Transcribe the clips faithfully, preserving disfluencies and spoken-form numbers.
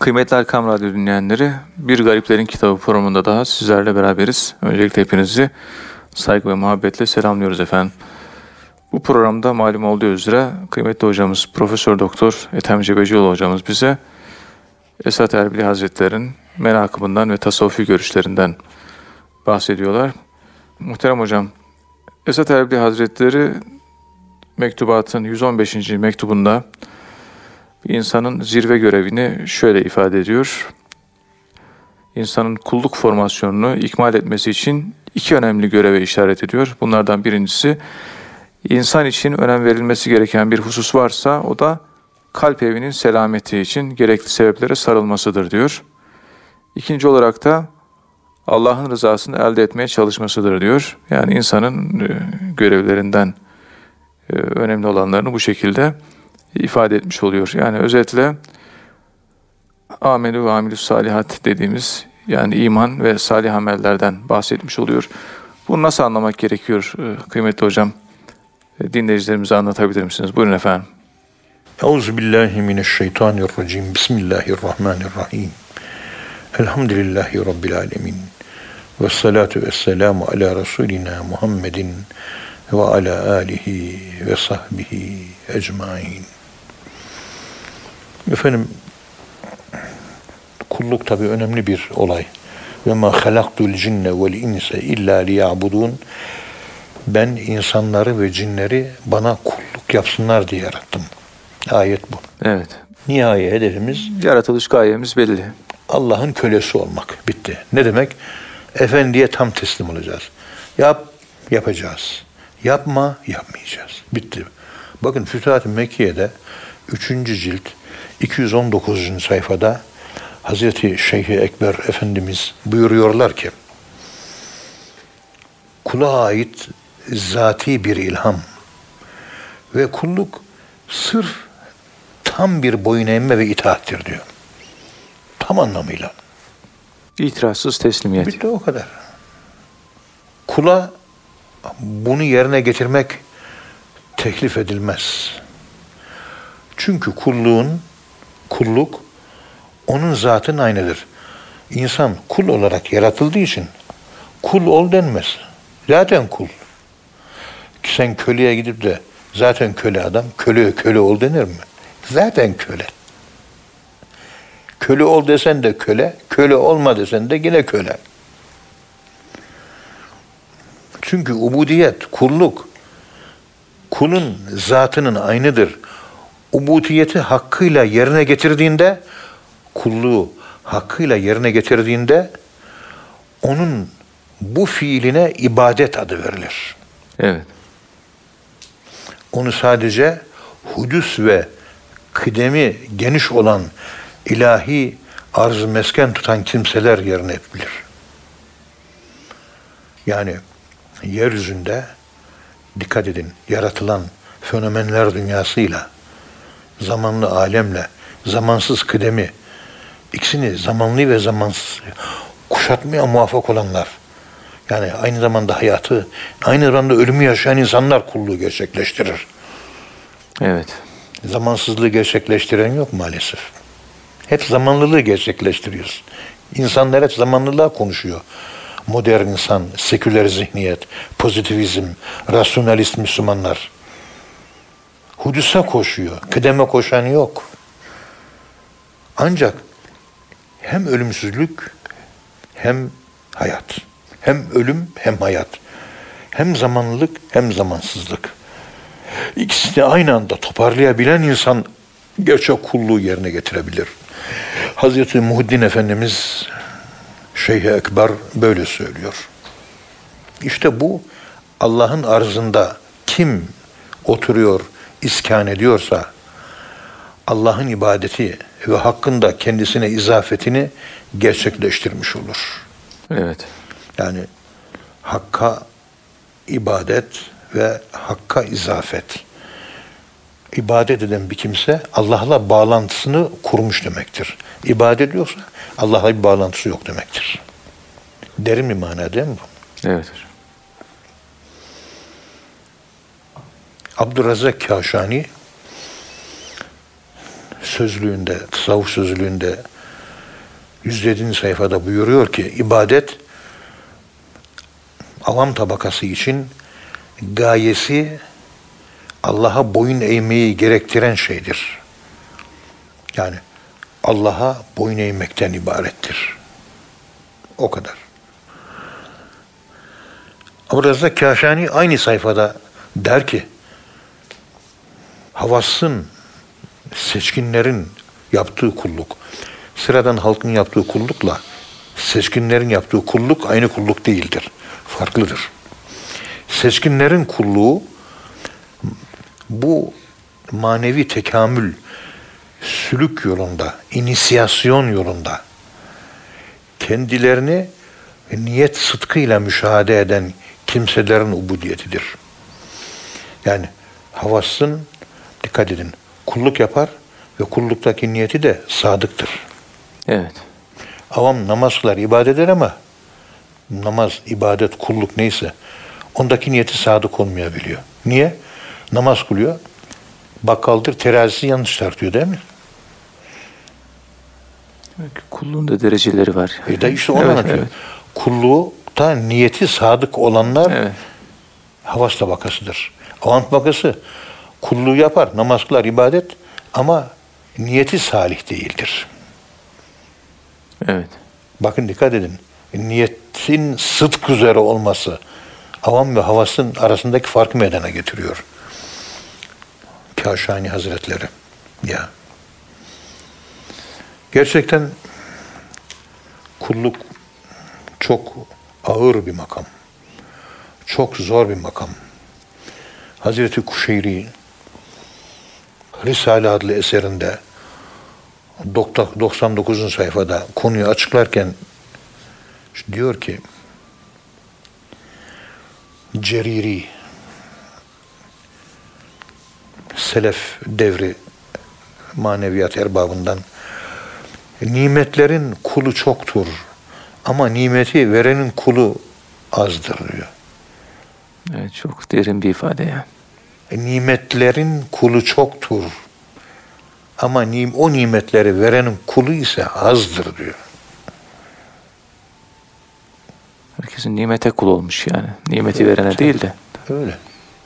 Kıymetli Erkam Radyo dinleyenleri, Bir Gariplerin Kitabı programında daha sizlerle beraberiz. Öncelikle hepinizi saygı ve muhabbetle selamlıyoruz efendim. Bu programda malum olduğu üzere kıymetli hocamız Profesör Doktor Ethem Cebecioğlu hocamız bize Esat Erbili Hazretleri'nin menakıbından ve tasavvufi görüşlerinden bahsediyorlar. Muhterem hocam, Esat Erbili Hazretleri mektubatın yüz on beşinci mektubunda insanın zirve görevini şöyle ifade ediyor. İnsanın kulluk formasyonunu ikmal etmesi için iki önemli göreve işaret ediyor. Bunlardan birincisi, insan için önem verilmesi gereken bir husus varsa o da kalp evinin selameti için gerekli sebeplere sarılmasıdır diyor. İkinci olarak da Allah'ın rızasını elde etmeye çalışmasıdır diyor. Yani insanın görevlerinden önemli olanlarını bu şekilde ifade etmiş oluyor. Yani özetle amelü ve amilü salihat dediğimiz, yani iman ve salih amellerden bahsetmiş oluyor. Bunu nasıl anlamak gerekiyor kıymetli hocam? Dinleyicilerimize anlatabilir misiniz? Buyurun efendim. Euzubillahimineşşeytanirracim. Bismillahirrahmanirrahim. Elhamdülillahi Rabbil alemin. Vessalatu vesselamu ala Resulina Muhammedin ve ala alihi ve sahbihi ecmain. Efendim, kulluk tabi önemli bir olay. Ve ma halaktul cinne vel insa illa liya'budun. Ben insanları ve cinleri bana kulluk yapsınlar diye yarattım. Ayet bu. Evet. Nihai hedefimiz, yaratılış gayemiz belli. Allah'ın kölesi olmak. Bitti. Ne demek? Efendiye tam teslim olacağız. Yap, yapacağız. Yapma, yapmayacağız. Bitti. Bakın Fütuhat-ı Mekke'de üçüncü cilt iki yüz on dokuzuncu sayfada Hazreti Şeyh-i Ekber Efendimiz buyuruyorlar ki, kula ait zati bir ilham ve kulluk sırf tam bir boyun eğme ve itaattir diyor. Tam anlamıyla. İtirazsız teslimiyet. Bitti, o kadar. Kula bunu yerine getirmek teklif edilmez. Çünkü kulluğun, kulluk onun zatının aynıdır. İnsan kul olarak yaratıldığı için kul ol denmez. Zaten kul. Ki sen köleye gidip de zaten köle adam, köle köle ol denir mi? Zaten köle. Köle ol desen de köle, köle olma desen de yine köle. Çünkü ubudiyet, kulluk, kulun zatının aynıdır. Ubudiyeti hakkıyla yerine getirdiğinde, kulluğu hakkıyla yerine getirdiğinde, onun bu fiiline ibadet adı verilir. Evet. Onu sadece hudüs ve kıdemi geniş olan ilahi arz-ı mesken tutan kimseler yerine bilir. Yani yeryüzünde dikkat edin, yaratılan fenomenler dünyasıyla, zamanlı alemle, zamansız kıdemi, ikisini zamanlı ve zamansız kuşatmaya muvaffak olanlar, yani aynı zamanda hayatı, aynı zamanda ölümü yaşayan insanlar kulluğu gerçekleştirir. Evet. Zamansızlığı gerçekleştiren yok maalesef. Hep zamanlılığı gerçekleştiriyoruz. İnsanlar hep zamanlılığa konuşuyor. Modern insan, seküler zihniyet, pozitivizm, rasyonalist Müslümanlar. Hudüs'e koşuyor, kıdeme koşan yok. Ancak hem ölümsüzlük hem hayat. Hem ölüm hem hayat. Hem zamanlılık hem zamansızlık. İkisini aynı anda toparlayabilen insan gerçek kulluğu yerine getirebilir. Hazreti Muhiddin Efendimiz Şeyh-i Ekber böyle söylüyor. İşte bu Allah'ın arzında kim oturuyor, iskan ediyorsa Allah'ın ibadeti ve hakkında kendisine izafetini gerçekleştirmiş olur. Evet. Yani hakka ibadet ve hakka izafet. İbadet eden bir kimse Allah'la bağlantısını kurmuş demektir. İbadet ediyorsa Allah'la bir bağlantısı yok demektir. Derin bir mana değil mi bu? Evet. Abdurrazzak Kâşani sözlüğünde, tasavvuf sözlüğünde yüz yedinci sayfada buyuruyor ki ibadet avam tabakası için gayesi Allah'a boyun eğmeyi gerektiren şeydir. Yani Allah'a boyun eğmekten ibarettir. O kadar. Abdurrezzak Kâşani aynı sayfada der ki havasın, seçkinlerin yaptığı kulluk, sıradan halkın yaptığı kullukla seçkinlerin yaptığı kulluk aynı kulluk değildir. Farklıdır. Seçkinlerin kulluğu bu manevi tekamül, sülük yolunda, inisiyasyon yolunda kendilerini niyet sıdkıyla müşahede eden kimselerin ubudiyetidir. Yani havasın, dikkat edin, kulluk yapar ve kulluktaki niyeti de sadıktır. Evet. Avam namaz kılar, ibadet eder ama namaz, ibadet, kulluk neyse ondaki niyeti sadık olmayabiliyor. Niye? Namaz kılıyor, bakkaldır, terazisi yanlış tartıyor değil mi? Kulluğun da dereceleri var. E de işte onu evet, anlatıyor. Evet. Kulluğta niyeti sadık olanlar Evet. havas tabakasıdır. Avam tabakası kulluğu yapar, namaz kılar, ibadet ama niyeti salih değildir. Evet. Bakın dikkat edin. Niyetin sıdk üzere olması avam ve havasın arasındaki farkı meydana getiriyor. Kâşani Hazretleri. Ya. Gerçekten kulluk çok ağır bir makam. Çok zor bir makam. Hazreti Kuşeyri Risale adlı eserinde doksan dokuzuncu sayfada konuyu açıklarken diyor ki Ceriri Selef devri maneviyat erbabından nimetlerin kulu çoktur ama nimeti verenin kulu azdır diyor. Evet, çok derin bir ifade yani. Nimetlerin kulu çoktur ama nim, o nimetleri verenin kulu ise azdır diyor. Herkesin nimete kul olmuş yani. Nimeti evet, verene değil de. Öyle.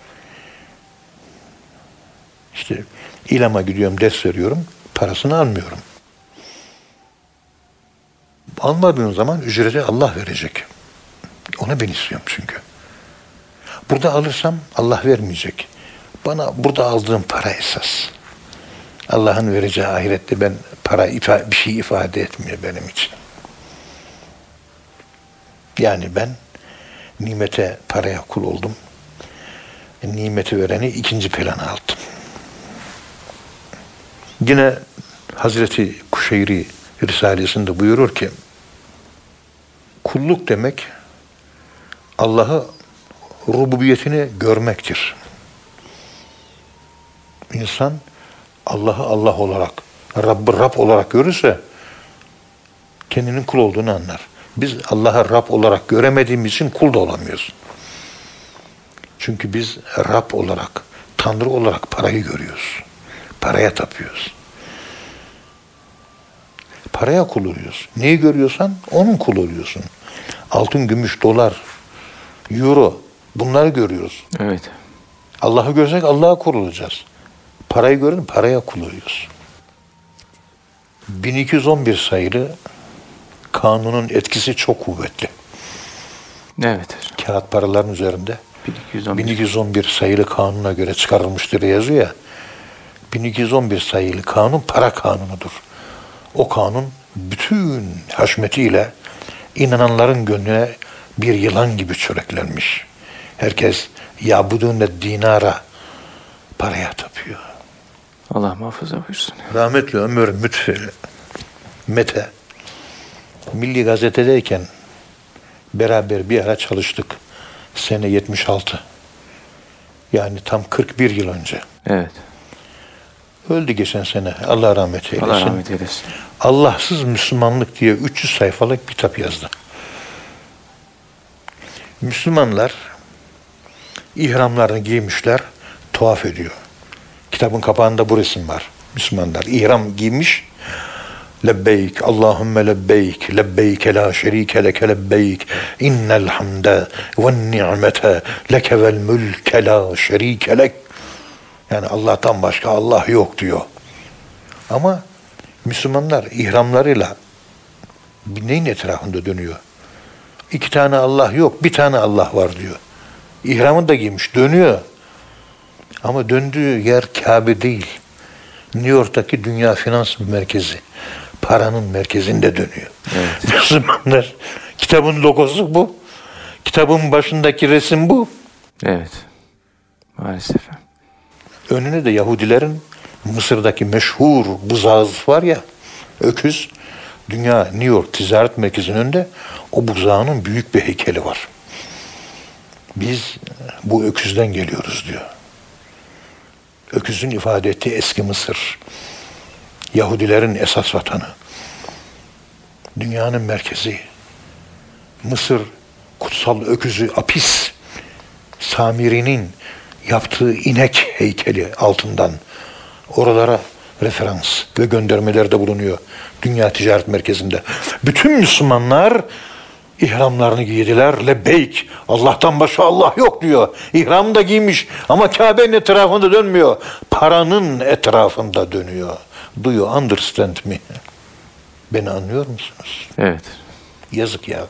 İşte ilama gidiyorum, ders veriyorum, parasını almıyorum. Almadığın zaman ücreti Allah verecek. Ona ben istiyorum çünkü. Burada alırsam Allah vermeyecek. Bana burada aldığım para esas. Allah'ın vereceği ahirette ben para ifa- bir şey ifade etmiyor benim için. Yani ben nimete, paraya kul oldum. Nimeti vereni ikinci plana aldım. Yine Hazreti Kuşeyri Risalesi'nde buyurur ki kulluk demek Allah'ı rububiyetini görmektir. İnsan Allah'ı Allah olarak, Rabb'ı Rab olarak görürse kendinin kul olduğunu anlar. Biz Allah'ı Rab olarak göremediğimiz için kul da olamıyoruz. Çünkü biz Rab olarak, Tanrı olarak parayı görüyoruz. Paraya tapıyoruz. Paraya kul oluyoruz. Neyi görüyorsan onun kul oluyorsun. Altın, gümüş, dolar, euro bunları görüyoruz. Evet. Allah'ı görsek Allah'a kul olacağız. Parayı görün, paraya kul oluyoruz. bin iki yüz on bir sayılı kanunun etkisi çok kuvvetli. Evet. Kağıt paraların üzerinde bin iki yüz on bir. bin iki yüz on bir sayılı kanuna göre çıkarılmıştır yazıyor ya. bin iki yüz on bir sayılı kanun para kanunudur. O kanun bütün haşmetiyle inananların gönlüne bir yılan gibi çöreklenmiş. Herkes yabudune dinara paraya tapıyor. Allah muhafaza buyursun. Rahmetli Ömer Mütfeli Mete Milli Gazete'deyken beraber bir ara çalıştık. Sene yetmiş altı. Yani tam kırk bir yıl önce. Evet. Öldü geçen sene. Allah rahmet eylesin. Allah rahmet eylesin. Allahsız Müslümanlık diye üç yüz sayfalık bir kitap yazdı. Müslümanlar ihramlarını giymişler, tuhaf ediyor. Kitabın kapağında bu resim var. Müslümanlar ihram giymiş, Lebbeyk, Allahümme lebbeyk, lebbeyke la şerike leke lebbeyk, innel hamde ve ni'mete leke vel mülke la şerike lek. Yani Allah'tan başka Allah yok diyor. Ama Müslümanlar ihramlarıyla neyin etrafında dönüyor? İki tane Allah yok, bir tane Allah var diyor. İhramı da giymiş, dönüyor. Ama döndüğü yer Kabe değil. New York'taki dünya finans merkezi. Paranın merkezinde dönüyor. Evet. Müslümanlar, kitabın logosu bu. Kitabın başındaki resim bu. Evet. Maalesef. Önüne de Yahudilerin Mısır'daki meşhur buzağı var ya, öküz. Dünya New York ticaret merkezinin önünde o buzağının büyük bir heykeli var. Biz bu öküzden geliyoruz diyor. Öküzün ifade ettiği eski Mısır. Yahudilerin esas vatanı. Dünyanın merkezi. Mısır kutsal öküzü Apis. Samiri'nin yaptığı inek heykeli altından. Oralara referans ve göndermelerde bulunuyor. Dünya Ticaret Merkezi'nde. Bütün Müslümanlar ihramlarını giydiler. Lebbeyk. Allah'tan başka Allah yok diyor. İhramı da giymiş ama Kabe'nin etrafında dönmüyor. Paranın etrafında dönüyor. Do you understand me? Beni anlıyor musunuz? Evet. Yazık ya.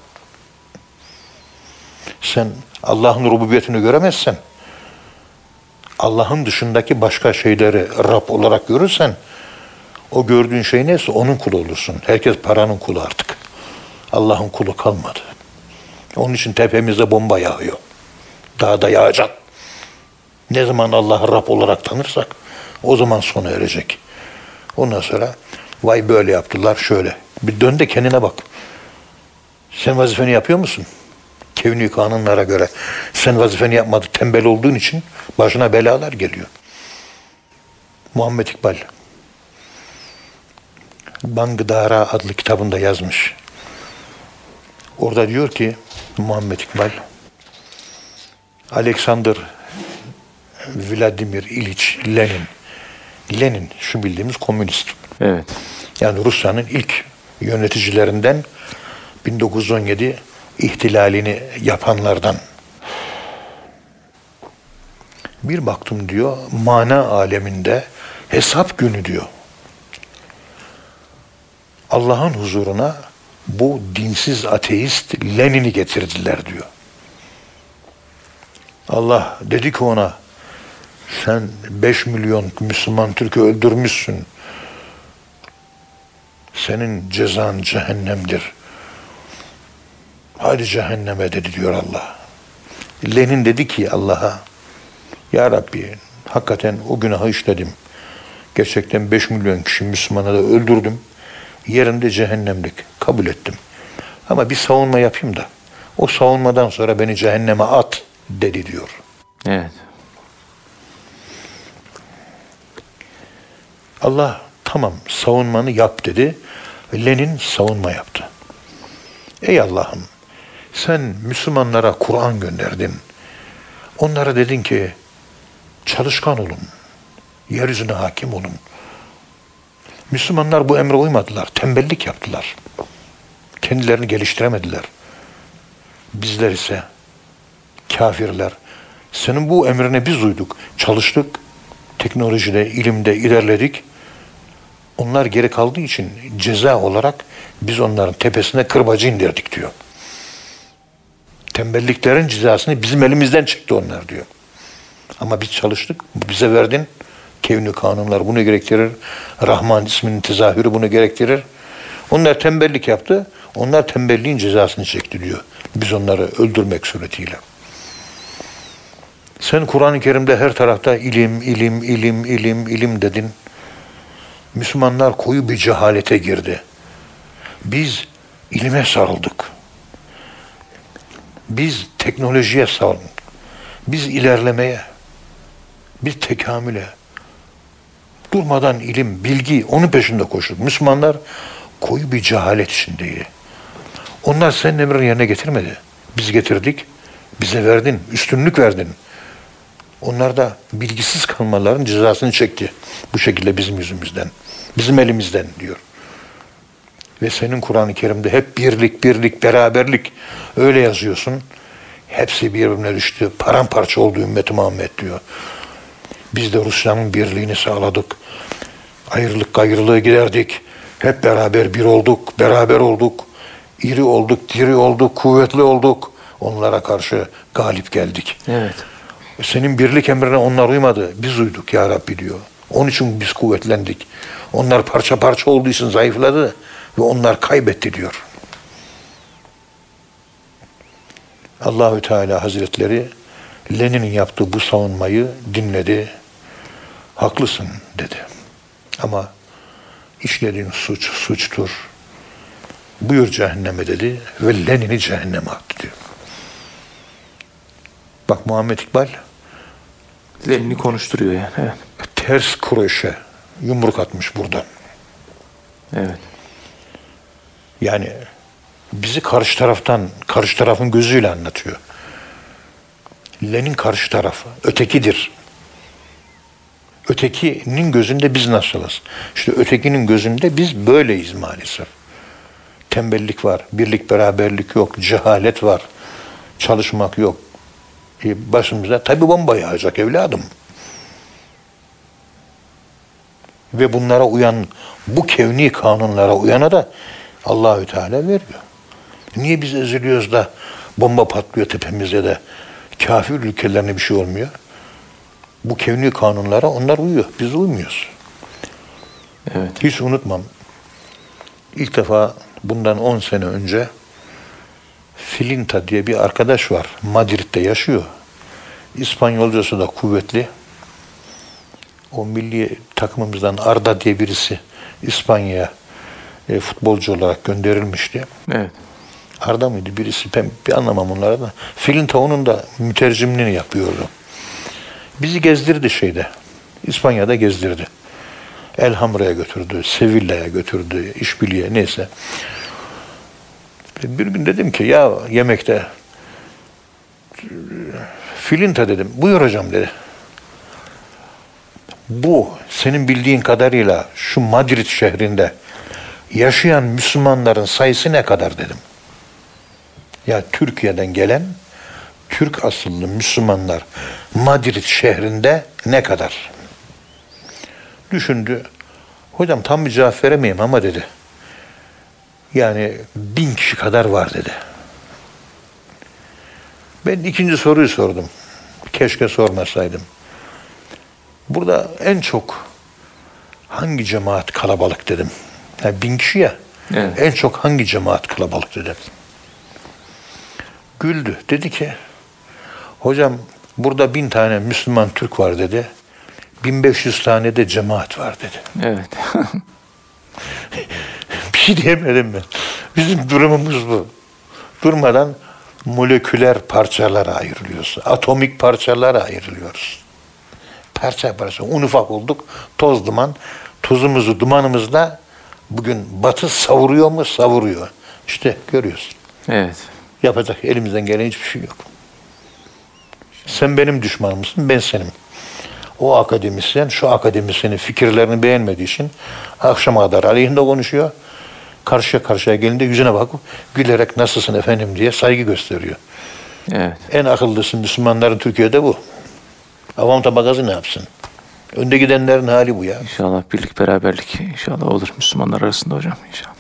Sen Allah'ın rububiyetini göremezsen, Allah'ın dışındaki başka şeyleri Rab olarak görürsen, o gördüğün şey neyse onun kulu olursun. Herkes paranın kulu artık. Allah'ın kulu kalmadı. Onun için tepemize bomba yağıyor. Daha da yağacak. Ne zaman Allah'ı Rab olarak tanırsak o zaman sona erecek. Ondan sonra vay böyle yaptılar şöyle. Bir dön de kendine bak. Sen vazifeni yapıyor musun? Kevni kanunlara göre. Sen vazifeni yapmadı, tembel olduğun için başına belalar geliyor. Muhammed İkbal Bangdara adlı kitabında yazmış. Orada diyor ki Muhammed İkbal, Alexander Vladimir İliç Lenin. Lenin şu bildiğimiz komünist. Evet. Yani Rusya'nın ilk yöneticilerinden, bin dokuz yüz on yedi ihtilalini yapanlardan. Bir baktım diyor, mana aleminde hesap günü diyor. Allah'ın huzuruna bu dinsiz ateist Lenin'i getirdiler diyor. Allah dedi ki ona, sen beş milyon Müslüman Türk'ü öldürmüşsün. Senin cezan cehennemdir. Hadi cehenneme dedi diyor Allah. Lenin dedi ki Allah'a, Ya Rabbi hakikaten o günahı işledim. Gerçekten beş milyon kişi Müslümanı da öldürdüm. Yerinde cehennemlik kabul ettim. Ama bir savunma yapayım da o savunmadan sonra beni cehenneme at dedi diyor. Evet. Allah tamam savunmanı yap dedi. Lenin savunma yaptı. Ey Allah'ım sen Müslümanlara Kur'an gönderdin. Onlara dedin ki çalışkan olun. Yeryüzüne hakim olun. Müslümanlar bu emre uymadılar. Tembellik yaptılar. Kendilerini geliştiremediler. Bizler ise kafirler. Senin bu emrine biz uyduk. Çalıştık. Teknolojide, ilimde ilerledik. Onlar geri kaldığı için ceza olarak biz onların tepesine kırbacı indirdik diyor. Tembelliklerin cezasını bizim elimizden çekti onlar diyor. Ama biz çalıştık. Bize verdin. Kevni kanunlar bunu gerektirir. Rahman isminin tezahürü bunu gerektirir. Onlar tembellik yaptı. Onlar tembelliğin cezasını çekti diyor. Biz onları öldürmek suretiyle. Sen Kur'an-ı Kerim'de her tarafta ilim, ilim, ilim, ilim, ilim dedin. Müslümanlar koyu bir cehalete girdi. Biz ilime sarıldık. Biz teknolojiye sarıldık. Biz ilerlemeye, biz tekamüle, durmadan ilim, bilgi, onun peşinde koştuk. Müslümanlar koyu bir cehalet içindeydi. Onlar senin emrini yerine getirmedi. Biz getirdik, bize verdin, üstünlük verdin. Onlar da bilgisiz kalmaların cezasını çekti. Bu şekilde bizim yüzümüzden, bizim elimizden diyor. Ve senin Kur'an-ı Kerim'de hep birlik, birlik, beraberlik öyle yazıyorsun. Hepsi birbirine düştü. Paramparça oldu ümmeti Muhammed diyor. Biz de Rusya'nın birliğini sağladık. Ayrılık gayrılığı giderdik. Hep beraber bir olduk, beraber olduk. İri olduk, diri olduk, kuvvetli olduk. Onlara karşı galip geldik. Evet. Senin birlik emrine onlar uymadı. Biz uyduk ya Rabbi diyor. Onun için biz kuvvetlendik. Onlar parça parça olduğu için zayıfladı ve onlar kaybetti diyor. Allahü Teala Hazretleri Lenin'in yaptığı bu savunmayı dinledi. Haklısın dedi. Ama işlediğin suç suçtur. Buyur cehenneme dedi ve Lenin'i cehenneme attı diyor. Bak Muhammed İkbal Lenin'i konuşturuyor yani. Evet. ters kroşe yumruk atmış buradan. Evet. Yani bizi karşı taraftan, karşı tarafın gözüyle anlatıyor. Lenin karşı tarafı, ötekidir. Ötekinin gözünde biz nasılız? İşte ötekinin gözünde biz böyleyiz maalesef. Tembellik var, birlik beraberlik yok, cehalet var, çalışmak yok. E başımıza tabi bomba yağacak evladım. Ve bunlara uyan, bu kevni kanunlara uyana da Allahü Teala veriyor. Niye biz eziliyoruz da bomba patlıyor tepemizde de kafir ülkelerine bir şey olmuyor? Bu kevni kanunlara onlar uyuyor. Biz uymuyoruz. Evet. Hiç unutmam. İlk defa bundan on sene önce Filinta diye bir arkadaş var. Madrid'de yaşıyor. İspanyolcası da kuvvetli. O milli takımımızdan Arda diye birisi İspanya'ya e, futbolcu olarak gönderilmişti. Evet. Arda mıydı birisi? Ben bir anlamam onlara da. Filinta onun da mütercimliğini yapıyordu. Bizi gezdirdi şeyde. İspanya'da gezdirdi. Elhamra'ya götürdü, Sevilla'ya götürdü, İşbili'ye neyse. Bir gün dedim ki ya yemekte Filinta dedim. Buyur hocam dedi. Bu senin bildiğin kadarıyla şu Madrid şehrinde yaşayan Müslümanların sayısı ne kadar dedim. Ya Türkiye'den gelen Türk asıllı Müslümanlar Madrid şehrinde ne kadar? Düşündü. Hocam tam bir cevap veremeyeyim ama dedi. Yani bin kişi kadar var dedi. Ben ikinci soruyu sordum. Keşke sormasaydım. Burada en çok hangi cemaat kalabalık dedim. Yani bin kişi ya. Evet. En çok hangi cemaat kalabalık dedim. Güldü. Dedi ki hocam burada bin tane Müslüman Türk var dedi. bin beş yüz tane de cemaat var dedi. Evet. Bir şey diyemedim ben. Bizim durumumuz bu. Durmadan moleküler parçalara ayrılıyoruz. Atomik parçalara ayrılıyoruz. Parça parça. Un ufak olduk. Toz duman. Tozumuzu, dumanımızla bugün Batı savuruyor mu? Savuruyor. İşte görüyorsun. Evet. Yapacak elimizden gelen hiçbir şey yok. Sen benim düşmanımsın, ben senim. O akademisyen, şu akademisyenin fikirlerini beğenmediği için akşama kadar aleyhinde konuşuyor. Karşıya karşıya gelince yüzüne bakıp gülerek nasılsın efendim diye saygı gösteriyor. Evet. En akıllısı Müslümanların Türkiye'de bu. Avam tabakası ne yapsın? Önde gidenlerin hali bu ya. İnşallah birlik beraberlik inşallah olur Müslümanlar arasında hocam inşallah.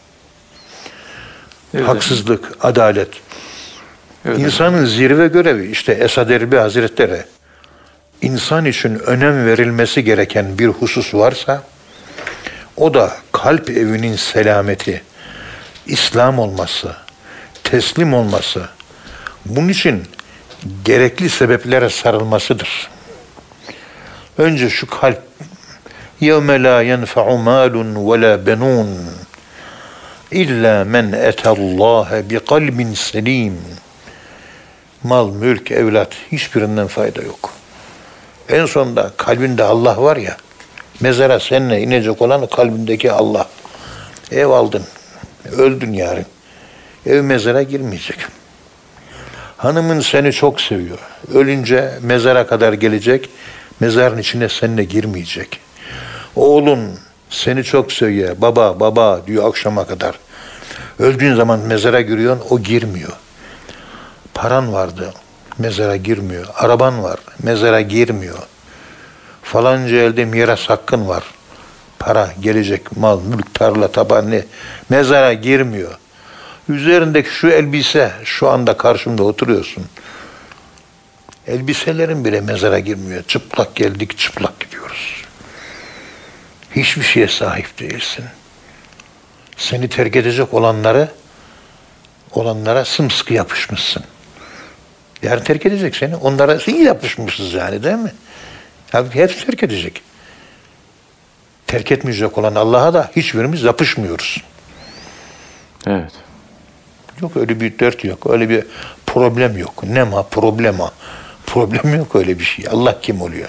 Evet. Haksızlık, adalet. Evet. İnsanın zirve görevi işte Esad Erbil Hazretleri. İnsan için önem verilmesi gereken bir husus varsa o da kalp evinin selameti, İslam olması, teslim olması. Bunun için gerekli sebeplere sarılmasıdır. Önce şu kalp يَوْمَ لَا يَنْفَعُ مَالٌ وَلَا بَنُونَ İlla men etallâhe bi kalbin selim. Mal, mülk, evlat hiçbirinden fayda yok. En sonunda kalbinde Allah var ya, mezara seninle inecek olan kalbindeki Allah. Ev aldın, öldün yarın. Ev mezara girmeyecek. Hanımın seni çok seviyor. Ölünce mezara kadar gelecek, mezarın içine seninle girmeyecek. Oğlun Seni çok seviyor. Baba baba diyor akşama kadar. Öldüğün zaman mezara giriyorsun, o girmiyor. Paran vardı, mezara girmiyor. Araban var, mezara girmiyor. Falanca elde miras hakkın var. Para, gelecek, mal, mülk, tarla, taban ne? Mezara girmiyor. Üzerindeki şu elbise, şu anda karşımda oturuyorsun. Elbiselerin bile mezara girmiyor. Çıplak geldik, çıplak gidiyoruz. Hiçbir şeye sahip değilsin. Seni terk edecek olanları, olanlara sımsıkı yapışmışsın. Yarın terk edecek seni. Onlara iyi yapışmışsınız yani, değil mi? Tabii hepsi terk edecek. Terk etmeyecek olan Allah'a da hiçbirimiz yapışmıyoruz. Evet. Yok öyle bir dert yok. Öyle bir problem yok. Nema problema. Problem yok öyle bir şey. Allah kim oluyor?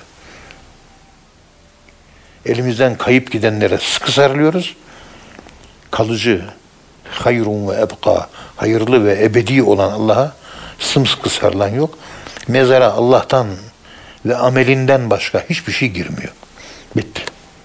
Elimizden kayıp gidenlere sıkı sarılıyoruz. Kalıcı, hayrun ve ebka, hayırlı ve ebedi olan Allah'a sımsıkı sarılan yok. Mezara Allah'tan ve amelinden başka hiçbir şey girmiyor. Bitti.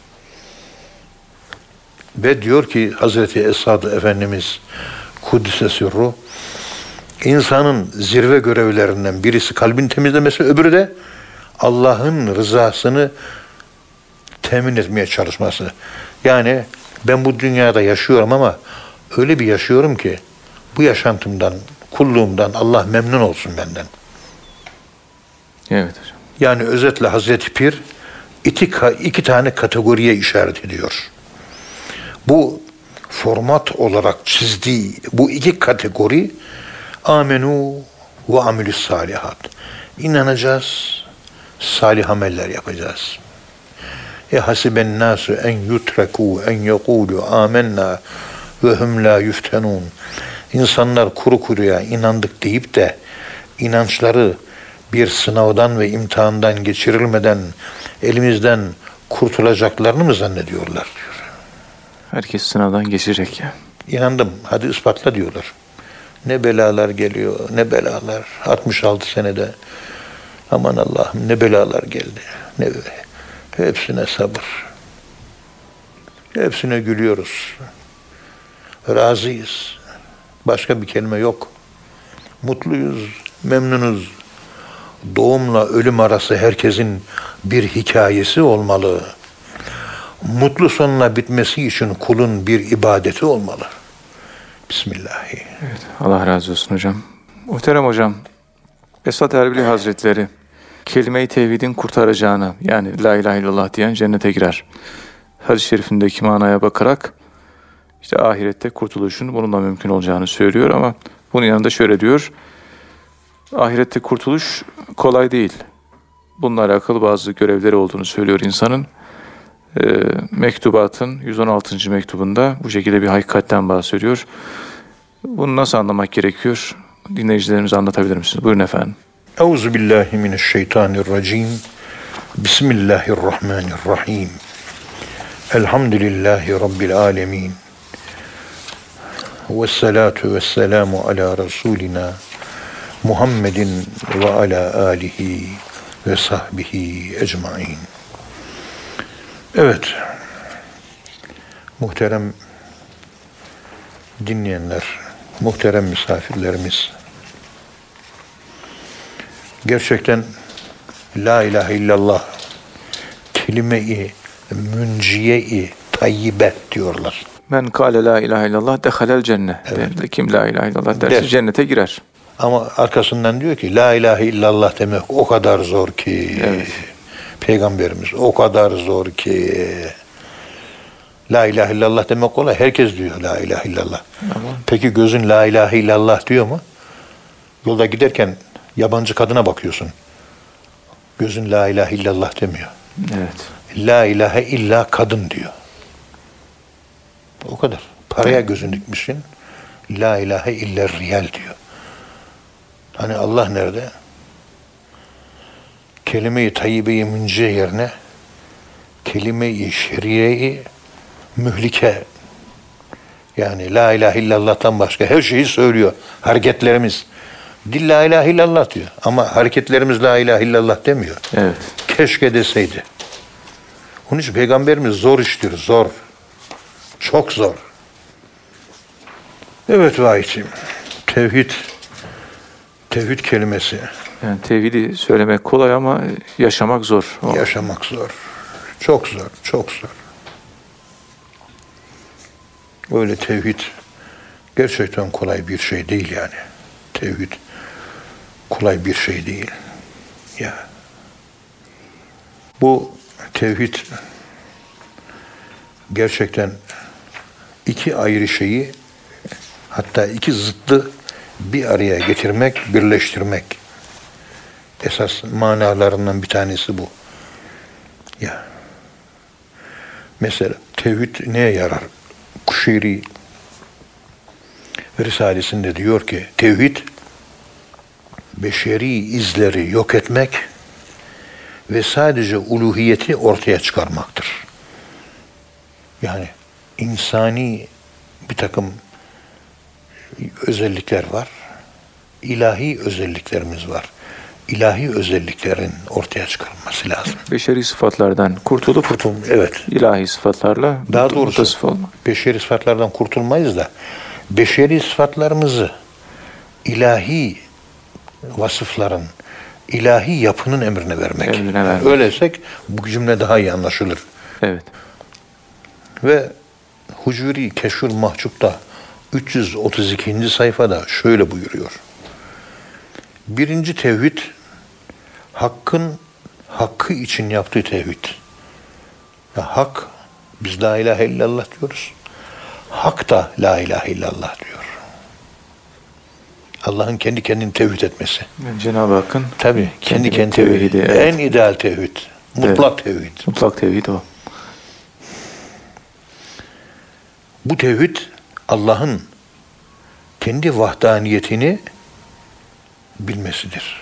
Ve diyor ki Hazreti Esad Efendimiz Kuddise Sirru, insanın zirve görevlerinden birisi kalbin temizlemesi, öbürü de Allah'ın rızasını temin etmeye çalışması. Yani ben bu dünyada yaşıyorum ama öyle bir yaşıyorum ki bu yaşantımdan, kulluğumdan Allah memnun olsun benden. Evet hocam. Yani özetle Hazreti Pir iki, iki tane kategoriye işaret ediyor. Bu format olarak çizdiği bu iki kategori amenu ve amilus salihat. İnanacağız, salih ameller yapacağız. E hasiben nasu en yutreku en yekulu amennâ ve hum la yuftenun. İnsanlar kuru kuruya inandık deyip de inançları bir sınavdan ve imtihandan geçirilmeden elimizden kurtulacaklarını mı zannediyorlar diyor. Herkes sınavdan geçecek ya. İnandım, hadi ispatla diyorlar. Ne belalar geliyor, ne belalar. altmış altı senede aman Allah'ım ne belalar geldi. Ne hepsine sabır. Hepsine gülüyoruz. Razıyız. Başka bir kelime yok. Mutluyuz, memnunuz. Doğumla ölüm arası herkesin bir hikayesi olmalı. Mutlu sonuna bitmesi için kulun bir ibadeti olmalı. Bismillahirrahmanirrahim. Evet, Allah razı olsun hocam. Muhterem hocam, Esad Erbili Hazretleri kelime-i tevhidin kurtaracağını, yani la ilahe illallah diyen cennete girer. Hadis-i şerifindeki manaya bakarak işte ahirette kurtuluşun bununla mümkün olacağını söylüyor ama bunun yanında şöyle diyor: ahirette kurtuluş kolay değil. Bununla alakalı bazı görevleri olduğunu söylüyor insanın. E, mektubatın yüz on altıncı mektubunda bu şekilde bir hakikatten bahsediyor. Bunu nasıl anlamak gerekiyor? Dinleyicilerimize anlatabilir misiniz? Buyurun efendim. Euzubillahimineşşeytanirracim. Bismillahirrahmanirrahim. Elhamdülillahi Rabbil alemin. Vessalatu vesselamu ala Resulina Muhammedin ve ala alihi ve sahbihi ecmain. Evet, muhterem dinleyenler, muhterem misafirlerimiz, gerçekten la ilahe illallah kelime-i münciye-i tayyibe diyorlar. Men kâle la ilahe illallah dehalel cennet. Evet. Kim la ilahe illallah derse Der. cennete girer. Ama arkasından diyor ki la ilahe illallah demek o kadar zor ki. Evet. Peygamberimiz o kadar zor ki. La ilahe illallah demek kolay. Herkes diyor la ilahe illallah. Ama. Peki gözün la ilahe illallah diyor mu? Yolda giderken yabancı kadına bakıyorsun. Gözün la ilahe illallah demiyor. Evet. La ilahe illa kadın diyor. O kadar. Paraya gözün dikmişsin. La ilahe illa riyal diyor. Hani Allah nerede? Kelime-i tayyibe-i münciye yerine kelime-i şeriye-i mühlike, yani la ilahe illallah'tan başka her şeyi söylüyor. Hareketlerimiz. Dil la ilahe illallah diyor. Ama hareketlerimiz la ilahe illallah demiyor. Evet. Keşke deseydi. Onun için Peygamberimiz zor iş diyor. Zor. Çok zor. Evet Vahit'ciğim. Tevhid, tevhid kelimesi. Yani tevhidi söylemek kolay ama yaşamak zor. O. Yaşamak zor. Çok zor, çok zor. Öyle tevhid gerçekten kolay bir şey değil yani. Tevhid kolay bir şey değil. Ya. Bu tevhid gerçekten iki ayrı şeyi, hatta iki zıttı bir araya getirmek, birleştirmek. Esas manalarından bir tanesi bu. Ya. Mesela tevhid neye yarar? Kuşeyri Risalesinde diyor ki, tevhid beşeri izleri yok etmek ve sadece uluhiyeti ortaya çıkarmaktır. Yani insani bir takım özellikler var. İlahi özelliklerimiz var. İlahi özelliklerin ortaya çıkarılması lazım. Beşeri sıfatlardan kurtulup Kurtul, evet. ilahi sıfatlarla Daha doğrusu mutasıf olma. beşeri sıfatlardan kurtulmayız da beşeri sıfatlarımızı ilahi vasıfların, ilahi yapının emrine vermek. Emrine vermek. Öylesek bu cümle daha iyi anlaşılır. Evet. Ve Hucuri Keşfül Mahçup'ta üç yüz otuz ikinci sayfada şöyle buyuruyor. Birinci tevhid, hakkın hakkı için yaptığı tevhid. Ya hak, biz la ilahe illallah diyoruz. Hak da la ilahe illallah diyor. Allah'ın kendi kendini tevhid etmesi. Yani Cenab-ı Hakk'ın Tabii kendi kendi tevhidi. tevhidi. Evet. En ideal tevhid. Mutlak evet. tevhid. Mutlak tevhid o. Bu tevhid Allah'ın kendi vahdaniyetini bilmesidir.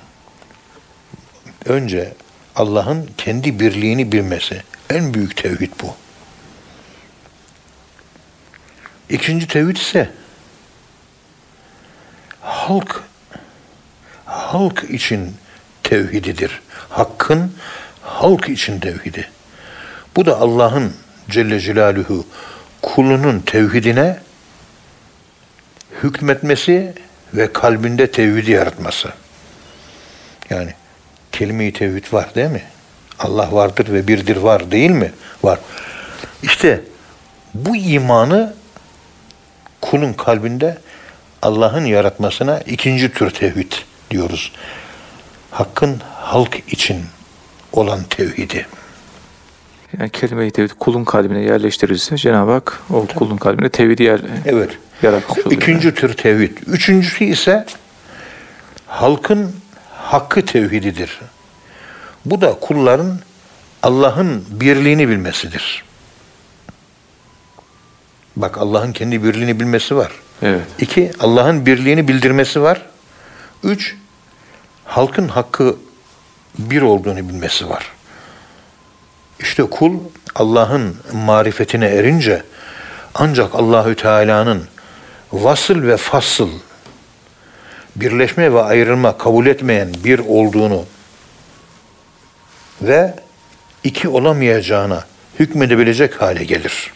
Önce Allah'ın kendi birliğini bilmesi. En büyük tevhid bu. İkinci tevhid ise halk halk için tevhididir. Hakkın halk için tevhidi. Bu da Allah'ın Celle Celaluhu kulunun tevhidine hükmetmesi ve kalbinde tevhidi yaratması. Yani kelime-i tevhid var değil mi? Allah vardır ve birdir var değil mi? Var. İşte bu imanı kulun kalbinde Allah'ın yaratmasına ikinci tür tevhid diyoruz. Hakkın halk için olan tevhidi. Yani kelime-i tevhid kulun kalbine yerleştirilirse Cenab-ı Hak o kulun kalbine tevhidi yer, evet. yaratmış oluyor. İkinci yani. tür tevhid. Üçüncüsü ise halkın hakkı tevhididir. Bu da kulların Allah'ın birliğini bilmesidir. Bak Allah'ın kendi birliğini bilmesi var. Evet. İki, Allah'ın birliğini bildirmesi var. Üç, halkın hakkı bir olduğunu bilmesi var. İşte kul Allah'ın marifetine erince ancak Allahü Teala'nın vasıl ve fasıl, birleşme ve ayrılma kabul etmeyen bir olduğunu ve iki olamayacağına hükmedebilecek hale gelir.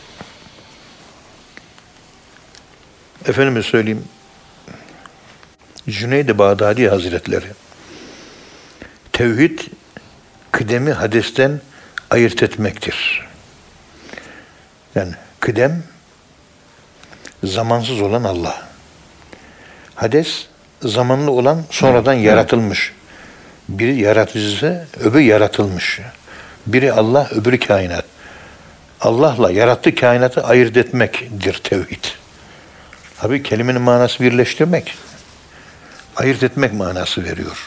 Efendime söyleyeyim, Cüneyd-i Bağdadi Hazretleri tevhid kıdemi hadesten ayırt etmektir. Yani kıdem zamansız olan Allah. Hades zamanlı olan sonradan evet, yaratılmış. Biri yaratıcısı, öbürü yaratılmış. Biri Allah, öbürü kainat. Allah'la yarattığı kainatı ayırt etmektir tevhid. Tabii kelimenin manası birleştirmek. Ayırt etmek manası veriyor.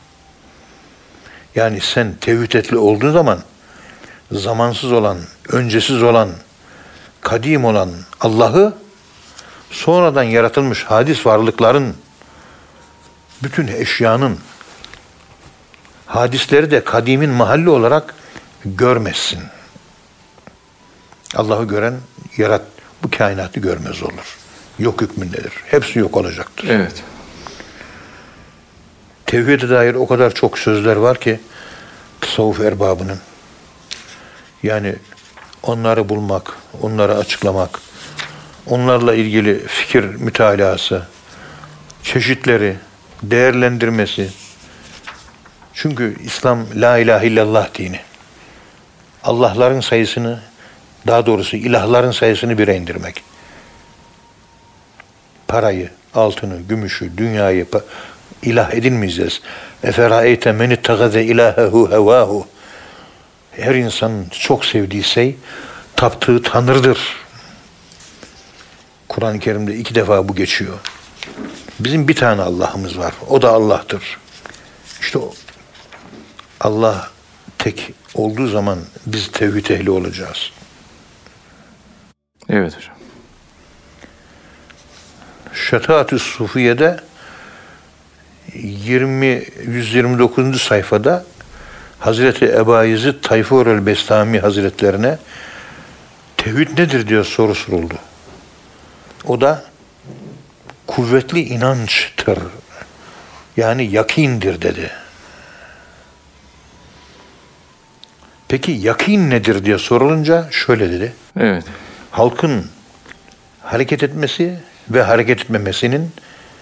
Yani sen tevhid etli olduğun zaman zamansız olan, öncesiz olan, kadim olan Allah'ı sonradan yaratılmış hadis varlıkların, bütün eşyanın, hadisleri de kadimin mahalli olarak görmezsin. Allah'ı gören, yarat, bu kainatı görmez olur. Yok hükmündedir. Hepsi yok olacaktır. Evet. Tevhide dair o kadar çok sözler var ki tasavvuf erbabının. Yani onları bulmak, onları açıklamak, onlarla ilgili fikir mütalası, çeşitleri, değerlendirmesi. Çünkü İslam la ilahe illallah dini. Allah'ların sayısını, daha doğrusu ilahların sayısını bire indirmek. Parayı, altını, gümüşü, dünyayı ilah edinmeyeceğiz. Eferaeyte men ittagaze ilahehu hevahu. Her insanın çok sevdiği şey taptığı Tanrı'dır. Kur'an-ı Kerim'de iki defa bu geçiyor. Bizim bir tane Allah'ımız var. O da Allah'tır. İşte o Allah tek olduğu zaman biz tevhid ehli olacağız. Evet hocam. Şetaat-ı Sufiye'de yirmi yüz yirmi dokuzuncu sayfada Hazreti Ebu Yezid Tayfur el-Bestami Hazretlerine tevhid nedir diye soru soruldu. O da kuvvetli inançtır. Yani yakindir dedi. Peki yakin nedir diye sorulunca şöyle dedi. Evet. Halkın hareket etmesi ve hareket etmemesinin,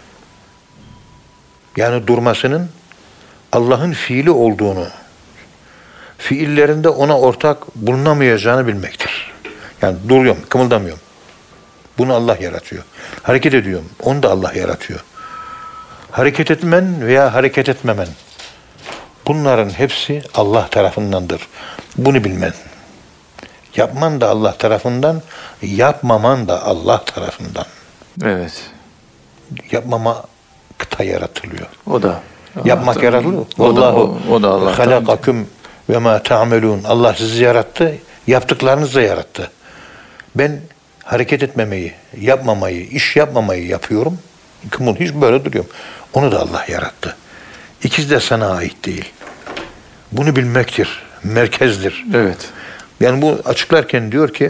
yani durmasının Allah'ın fiili olduğunu, fiillerinde ona ortak bulunamayacağını bilmektir. Yani duruyorum, kımıldamıyorum. Bunu Allah yaratıyor. Hareket ediyorum, onu da Allah yaratıyor. Hareket etmen veya hareket etmemen, bunların hepsi Allah tarafındandır. Bunu bilmen. Yapman da Allah tarafından, yapmaman da Allah tarafından. Evet. Yapmama kıta yaratılıyor. O da. Yapmak yaratılıyor. O da, o, o da Allah'tan. Halakakum ve ma ta'melun. Allah sizi yarattı, yaptıklarınızı da yarattı. Ben hareket etmemeyi, yapmamayı, iş yapmamayı yapıyorum. Hiç böyle duruyorum. Onu da Allah yarattı. İkisi de sana ait değil. Bunu bilmektir. Merkezdir. Evet. Yani bu açıklarken diyor ki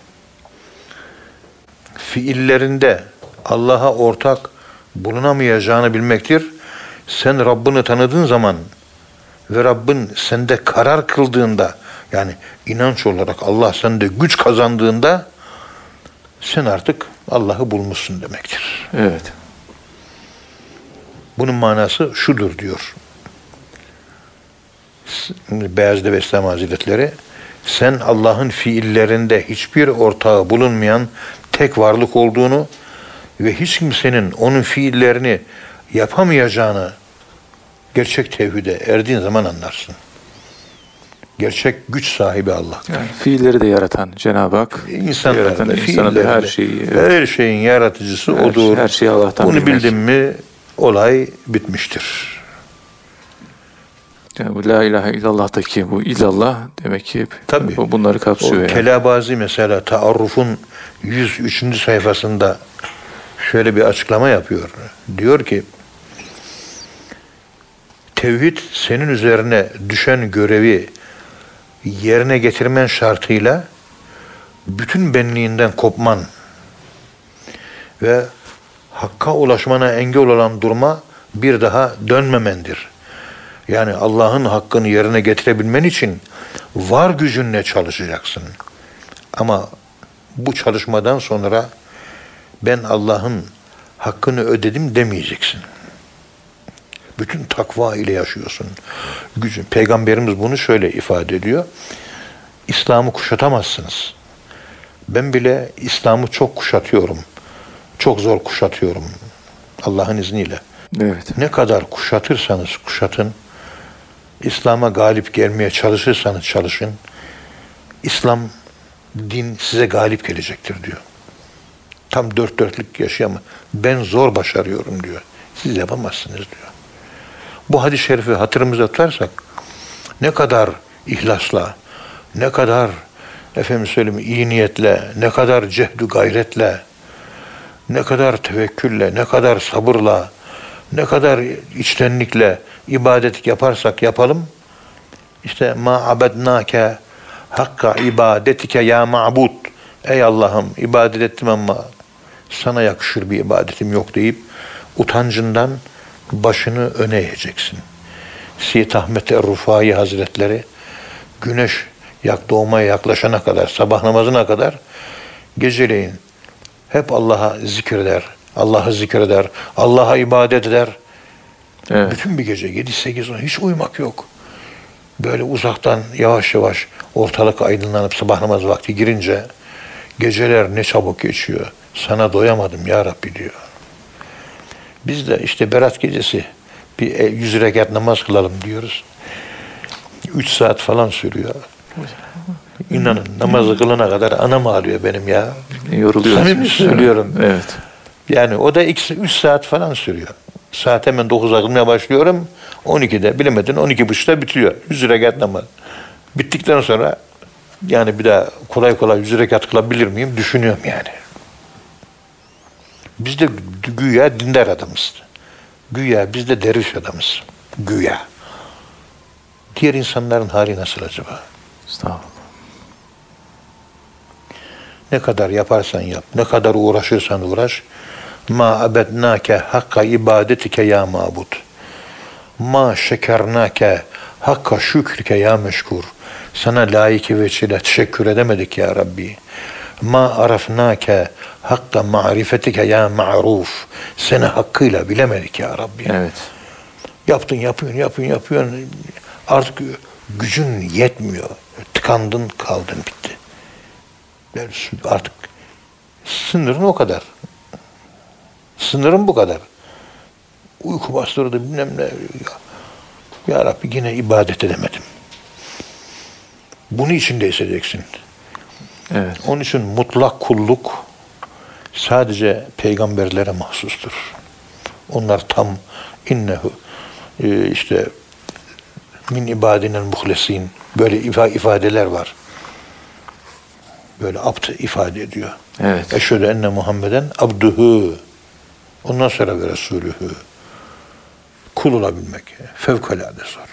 fiillerinde Allah'a ortak bulunamayacağını bilmektir. Sen Rabbini tanıdığın zaman ve Rabbin sende karar kıldığında, yani inanç olarak Allah sende güç kazandığında sen artık Allah'ı bulmuşsun demektir. Evet. Bunun manası şudur diyor Beyazıt Bestami Hazretleri. Sen Allah'ın fiillerinde hiçbir ortağı bulunmayan tek varlık olduğunu ve hiç kimsenin onun fiillerini yapamayacağını gerçek tevhide erdiğin zaman anlarsın. Gerçek güç sahibi Allah. Yani fiilleri de yaratan Cenab-ı Hak, İnsanlar yaratan da, insana da her şeyi, evet. her şeyin yaratıcısı her, odur. Her şeyi Allah'tan Bunu bilmek. bildin mi olay bitmiştir. Yani bu la ilahe illallah'taki bu illallah demek ki Tabii. bu bunları kapsıyor. O yani. Kelabazi mesela Taarruf'un yüz üçüncü sayfasında şöyle bir açıklama yapıyor. Diyor ki tevhid senin üzerine düşen görevi yerine getirmen şartıyla bütün benliğinden kopman ve hakka ulaşmana engel olan duruma bir daha dönmemendir. Yani Allah'ın hakkını yerine getirebilmen için var gücünle çalışacaksın. Ama bu çalışmadan sonra ben Allah'ın hakkını ödedim demeyeceksin. Bütün takva ile yaşıyorsun. Gücün. Peygamberimiz bunu şöyle ifade ediyor. İslam'ı kuşatamazsınız. Ben bile İslam'ı çok kuşatıyorum. Çok zor kuşatıyorum. Allah'ın izniyle. Evet. Ne kadar kuşatırsanız kuşatın, İslam'a galip gelmeye çalışırsanız çalışın, İslam din size galip gelecektir diyor. Tam dört dörtlük yaşayamam. Ben zor başarıyorum diyor. Siz yapamazsınız diyor. Bu hadis-i şerifi hatırımıza tutarsak ne kadar ihlasla, ne kadar efendim söyleyeyim iyi niyetle, ne kadar cehdü gayretle, ne kadar tevekkülle, ne kadar sabırla, ne kadar içtenlikle ibadet yaparsak yapalım, işte ma abednake hakka ibadetike ya ma'bud, ey Allah'ım ibadet ettim ama sana yakışır bir ibadetim yok deyip utancından başını öne eğeceksin. Siyet Ahmet Er-Rufai Hazretleri güneş yak doğmaya yaklaşana kadar, sabah namazına kadar geceleyin hep Allah'a zikreder, Allah'ı zikreder, Allah'a ibadet eder. Evet. Bütün bir gece yedi sekiz on hiç uyumak yok. Böyle uzaktan yavaş yavaş ortalık aydınlanıp sabah namaz vakti girince geceler ne çabuk geçiyor. Sana doyamadım ya Rabbi diyor. Biz de işte Berat gecesi bir yüz rekat namaz kılalım diyoruz. Üç saat falan sürüyor. İnanın namazı kılana kadar anam ağrıyor benim ya. Yoruluyoruz. Samimi söylüyorum. Evet. Yani o da üç saat falan sürüyor. Saat hemen dokuza kılmaya başlıyorum. on ikide bilemedin on iki buçukta bitiyor. Yüz rekat namaz. Bittikten sonra yani bir daha kolay kolay yüz rekat kılabilir miyim düşünüyorum yani. Biz de güya dindar adamız. Güya biz de derviş adamız. Güya. Diğer insanların hali nasıl acaba? Estağfurullah. Ne kadar yaparsan yap, ne kadar uğraşırsan uğraş. Ma abednake hakka ibadetike ya mabud. Ma şekernake hakka şükrike ya meşkur. Sana layık-ı veçile teşekkür edemedik ya Rabbi. Ma arafnake hakka ma'rifetike ya ma'ruf. Seni hakkıyla bilemedik ya Rabbi. Evet. Yaptın, yapıyorsun, yapıyorsun, yapıyorsun. Artık gücün yetmiyor. Tıkandın, kaldın, bitti. Yani artık sınırın o kadar. Sınırın bu kadar. Uyku bastırdı bilmem ne. Ya, ya Rabbi yine ibadet edemedim. Bunu içinde hissedeceksin. Evet. Onun için mutlak kulluk sadece peygamberlere mahsustur. Onlar tam innehu e, işte min ibadinel muhlesin böyle ifadeler var. Böyle abd ifade ediyor. Evet. Eşhedü enne Muhammeden abduhu. Ondan sonra ve resulühü. Kul olabilmek fevkalade zor.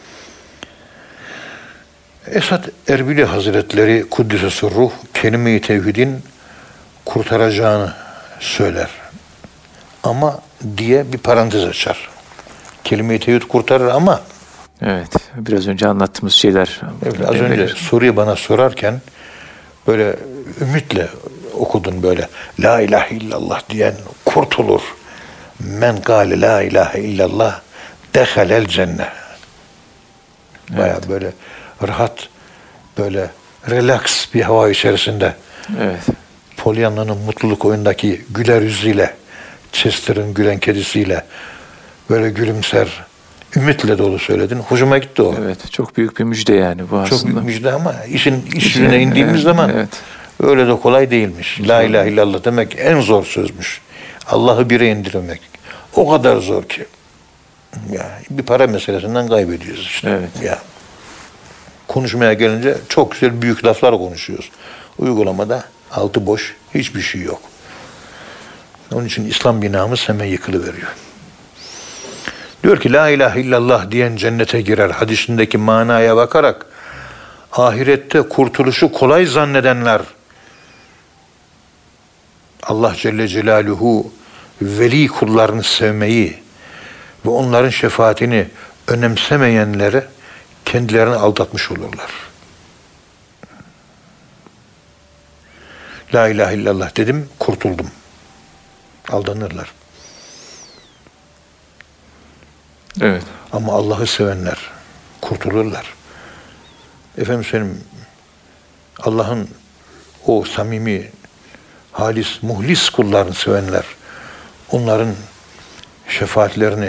Esad Erbili Hazretleri Kuddise Sırruh kelime-i tevhidin kurtaracağını söyler. Ama diye bir parantez açar. Kelime-i tevhid kurtarır ama Evet. Biraz önce anlattığımız şeyler. evet, az önce verir. soruyu bana sorarken böyle ümitle okudun böyle. La ilahe illallah diyen kurtulur. Men gâle la ilahe illallah dehalel cennet. Baya evet. Böyle rahat, böyle relax bir hava içerisinde. Evet. Pollyanna'nın mutluluk oyundaki güler yüzüyle, Chester'ın gülen kedisiyle böyle gülümser, ümitle dolu söyledin. Hoşuma gitti o. Evet. Çok büyük bir müjde yani bu aslında. Çok büyük müjde ama işin iş yüzüne indiğimiz evet, zaman evet. Öyle de kolay değilmiş. Zor. La ilahe illallah demek en zor sözmüş. Allah'ı bire indirmek. O kadar zor ki. Ya bir para meselesinden kaybediyoruz işte. Evet. Ya konuşmaya gelince çok güzel büyük laflar konuşuyoruz. Uygulamada altı boş, hiçbir şey yok. Onun için İslam binamız hemen yıkılıveriyor. Diyor ki la ilahe illallah diyen cennete girer. Hadisindeki manaya bakarak ahirette kurtuluşu kolay zannedenler Allah Celle Celaluhu veli kullarını sevmeyi ve onların şefaatini önemsemeyenlere kendilerini aldatmış olurlar. La ilahe illallah dedim, kurtuldum. Aldanırlar. Evet. Ama Allah'ı sevenler kurtulurlar. Efendim senin Allah'ın o samimi, halis, muhlis kullarını sevenler, onların şefaatlerini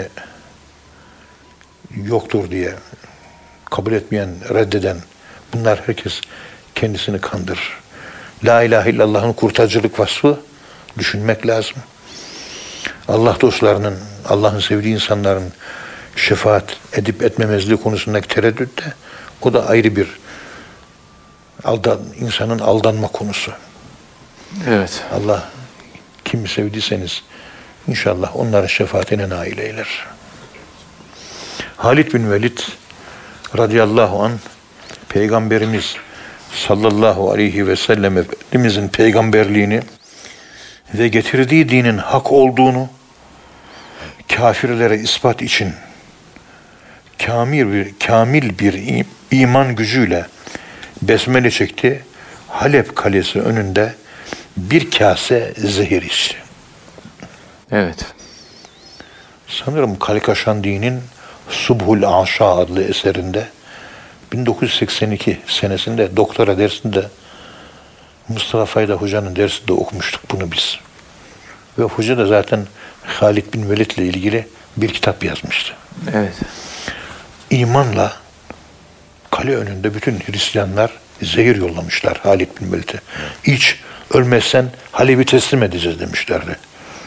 yoktur diye kabul etmeyen, reddeden, bunlar herkes kendisini kandırır. La ilahe illallah'ın kurtarıcılık vasfı düşünmek lazım. Allah dostlarının, Allah'ın sevdiği insanların şefaat edip etmemezliği konusundaki tereddüt de o da ayrı bir aldan, insanın aldanma konusu. Evet. Allah kimi sevdiyseniz inşallah onların şefaatine nail eyler. Halid bin Velid radıyallahu anh Peygamberimiz sallallahu aleyhi ve sellem Efendimizin peygamberliğini ve getirdiği dinin hak olduğunu kafirlere ispat için kamil bir kamil bir iman gücüyle besmele çekti. Halep kalesi önünde bir kase zehir içti. Evet. Sanırım Kalkaşandi'nin Subhul Aşa adlı eserinde bin dokuz yüz seksen iki senesinde doktora dersinde Mustafa Fayda Hoca'nın dersinde okumuştuk bunu biz. Ve hoca da zaten Halid bin Velid ile ilgili bir kitap yazmıştı. Evet. İmanla kale önünde bütün Hristiyanlar zehir yollamışlar Halid bin Velid'e. İç, ölmezsen Halep'i teslim edeceğiz demişlerdi.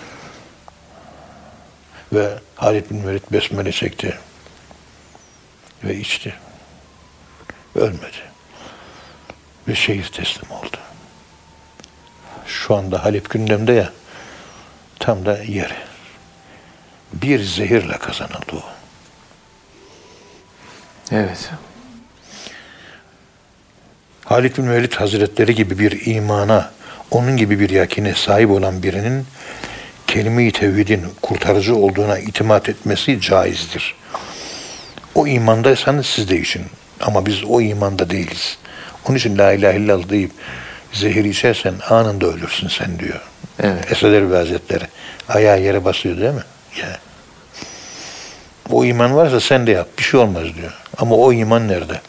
Ve Halid bin Velid besmele çekti. Ve içti. Ve ölmedi. Ve şehir teslim oldu. Şu anda Halep gündemde ya, tam da yeri. Bir zehirle kazanıldı o. Evet. Halid bin Velid Hazretleri gibi bir imana, onun gibi bir yakine sahip olan birinin kelime-i tevhidin kurtarıcı olduğuna itimat etmesi caizdir. O imandaysanız siz de için. Ama biz o imanda değiliz. Onun için la ilahe illallah deyip zehir içersen anında ölürsün sen diyor. Evet. Esad Erbil Hazretleri. Ayağı yere basıyor değil mi? Ya. O iman varsa sen de yap. Bir şey olmaz diyor. Ama o iman nerede?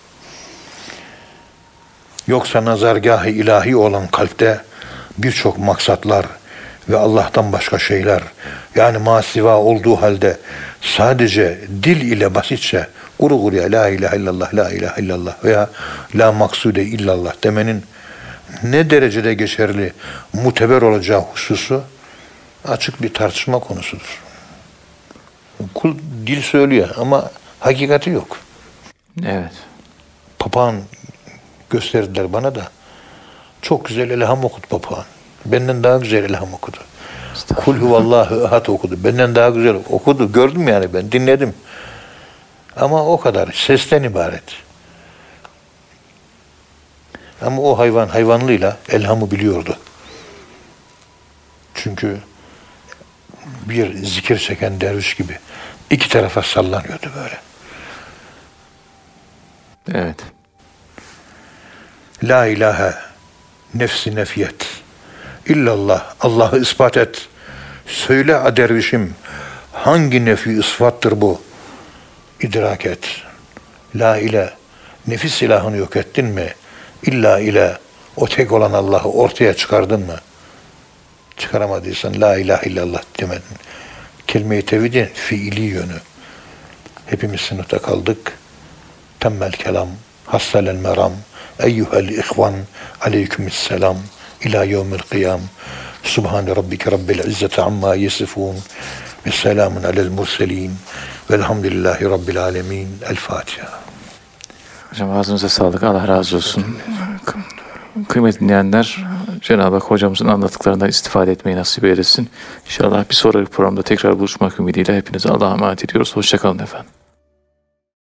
Yoksa nazargâh-ı ilahi olan kalpte birçok maksatlar ve Allah'tan başka şeyler, yani masiva olduğu halde sadece dil ile basitçe kuru kuruya la ilahe illallah, la ilahe illallah veya la maksude illallah demenin ne derecede geçerli, muteber olacağı hususu açık bir tartışma konusudur. Kul dil söylüyor ama hakikati yok. Evet. Papağan gösterdiler bana da. Çok güzel elham okudu papağan. Benden daha güzel elham okudu. Kul huvallahu ehad okudu. Benden daha güzel okudu. Gördüm yani ben. Dinledim. Ama o kadar. Sesten ibaret. Ama o hayvan hayvanlığıyla elhamı biliyordu. Çünkü bir zikir çeken derviş gibi iki tarafa sallanıyordu böyle. Evet. La ilahe nefsi nefiyet. İllallah. Allah'ı ispat et. Söyle a dervişim, hangi nefi ispattır bu? İdrak et. La ile nefis silahını yok ettin mi? İlla ile o tek olan Allah'ı ortaya çıkardın mı? Çıkaramadıysan la ilahe illallah demedin. Kelime-i tevhidin fiili yönü. Hepimiz sınıfta kaldık. Temmel kelam, hassalel meram, eyyuhel ihvan, aleykümüsselam, ila yevmil kıyam. Subhane rabbike rabbil izzeti amma yesifun ve selamun alel murselin velhamdülillahi rabbil alemin. El Fatiha. Hocam ağzınıza sağlık. Allah razı olsun. Kıymetli dinleyenler, Cenab-ı Hak hocamızın anlattıklarından istifade etmeyi nasip eylesin. İnşallah bir sonraki programda tekrar buluşmak ümidiyle hepinize Allah'a emanet ediyoruz. Hoşça kalın efendim.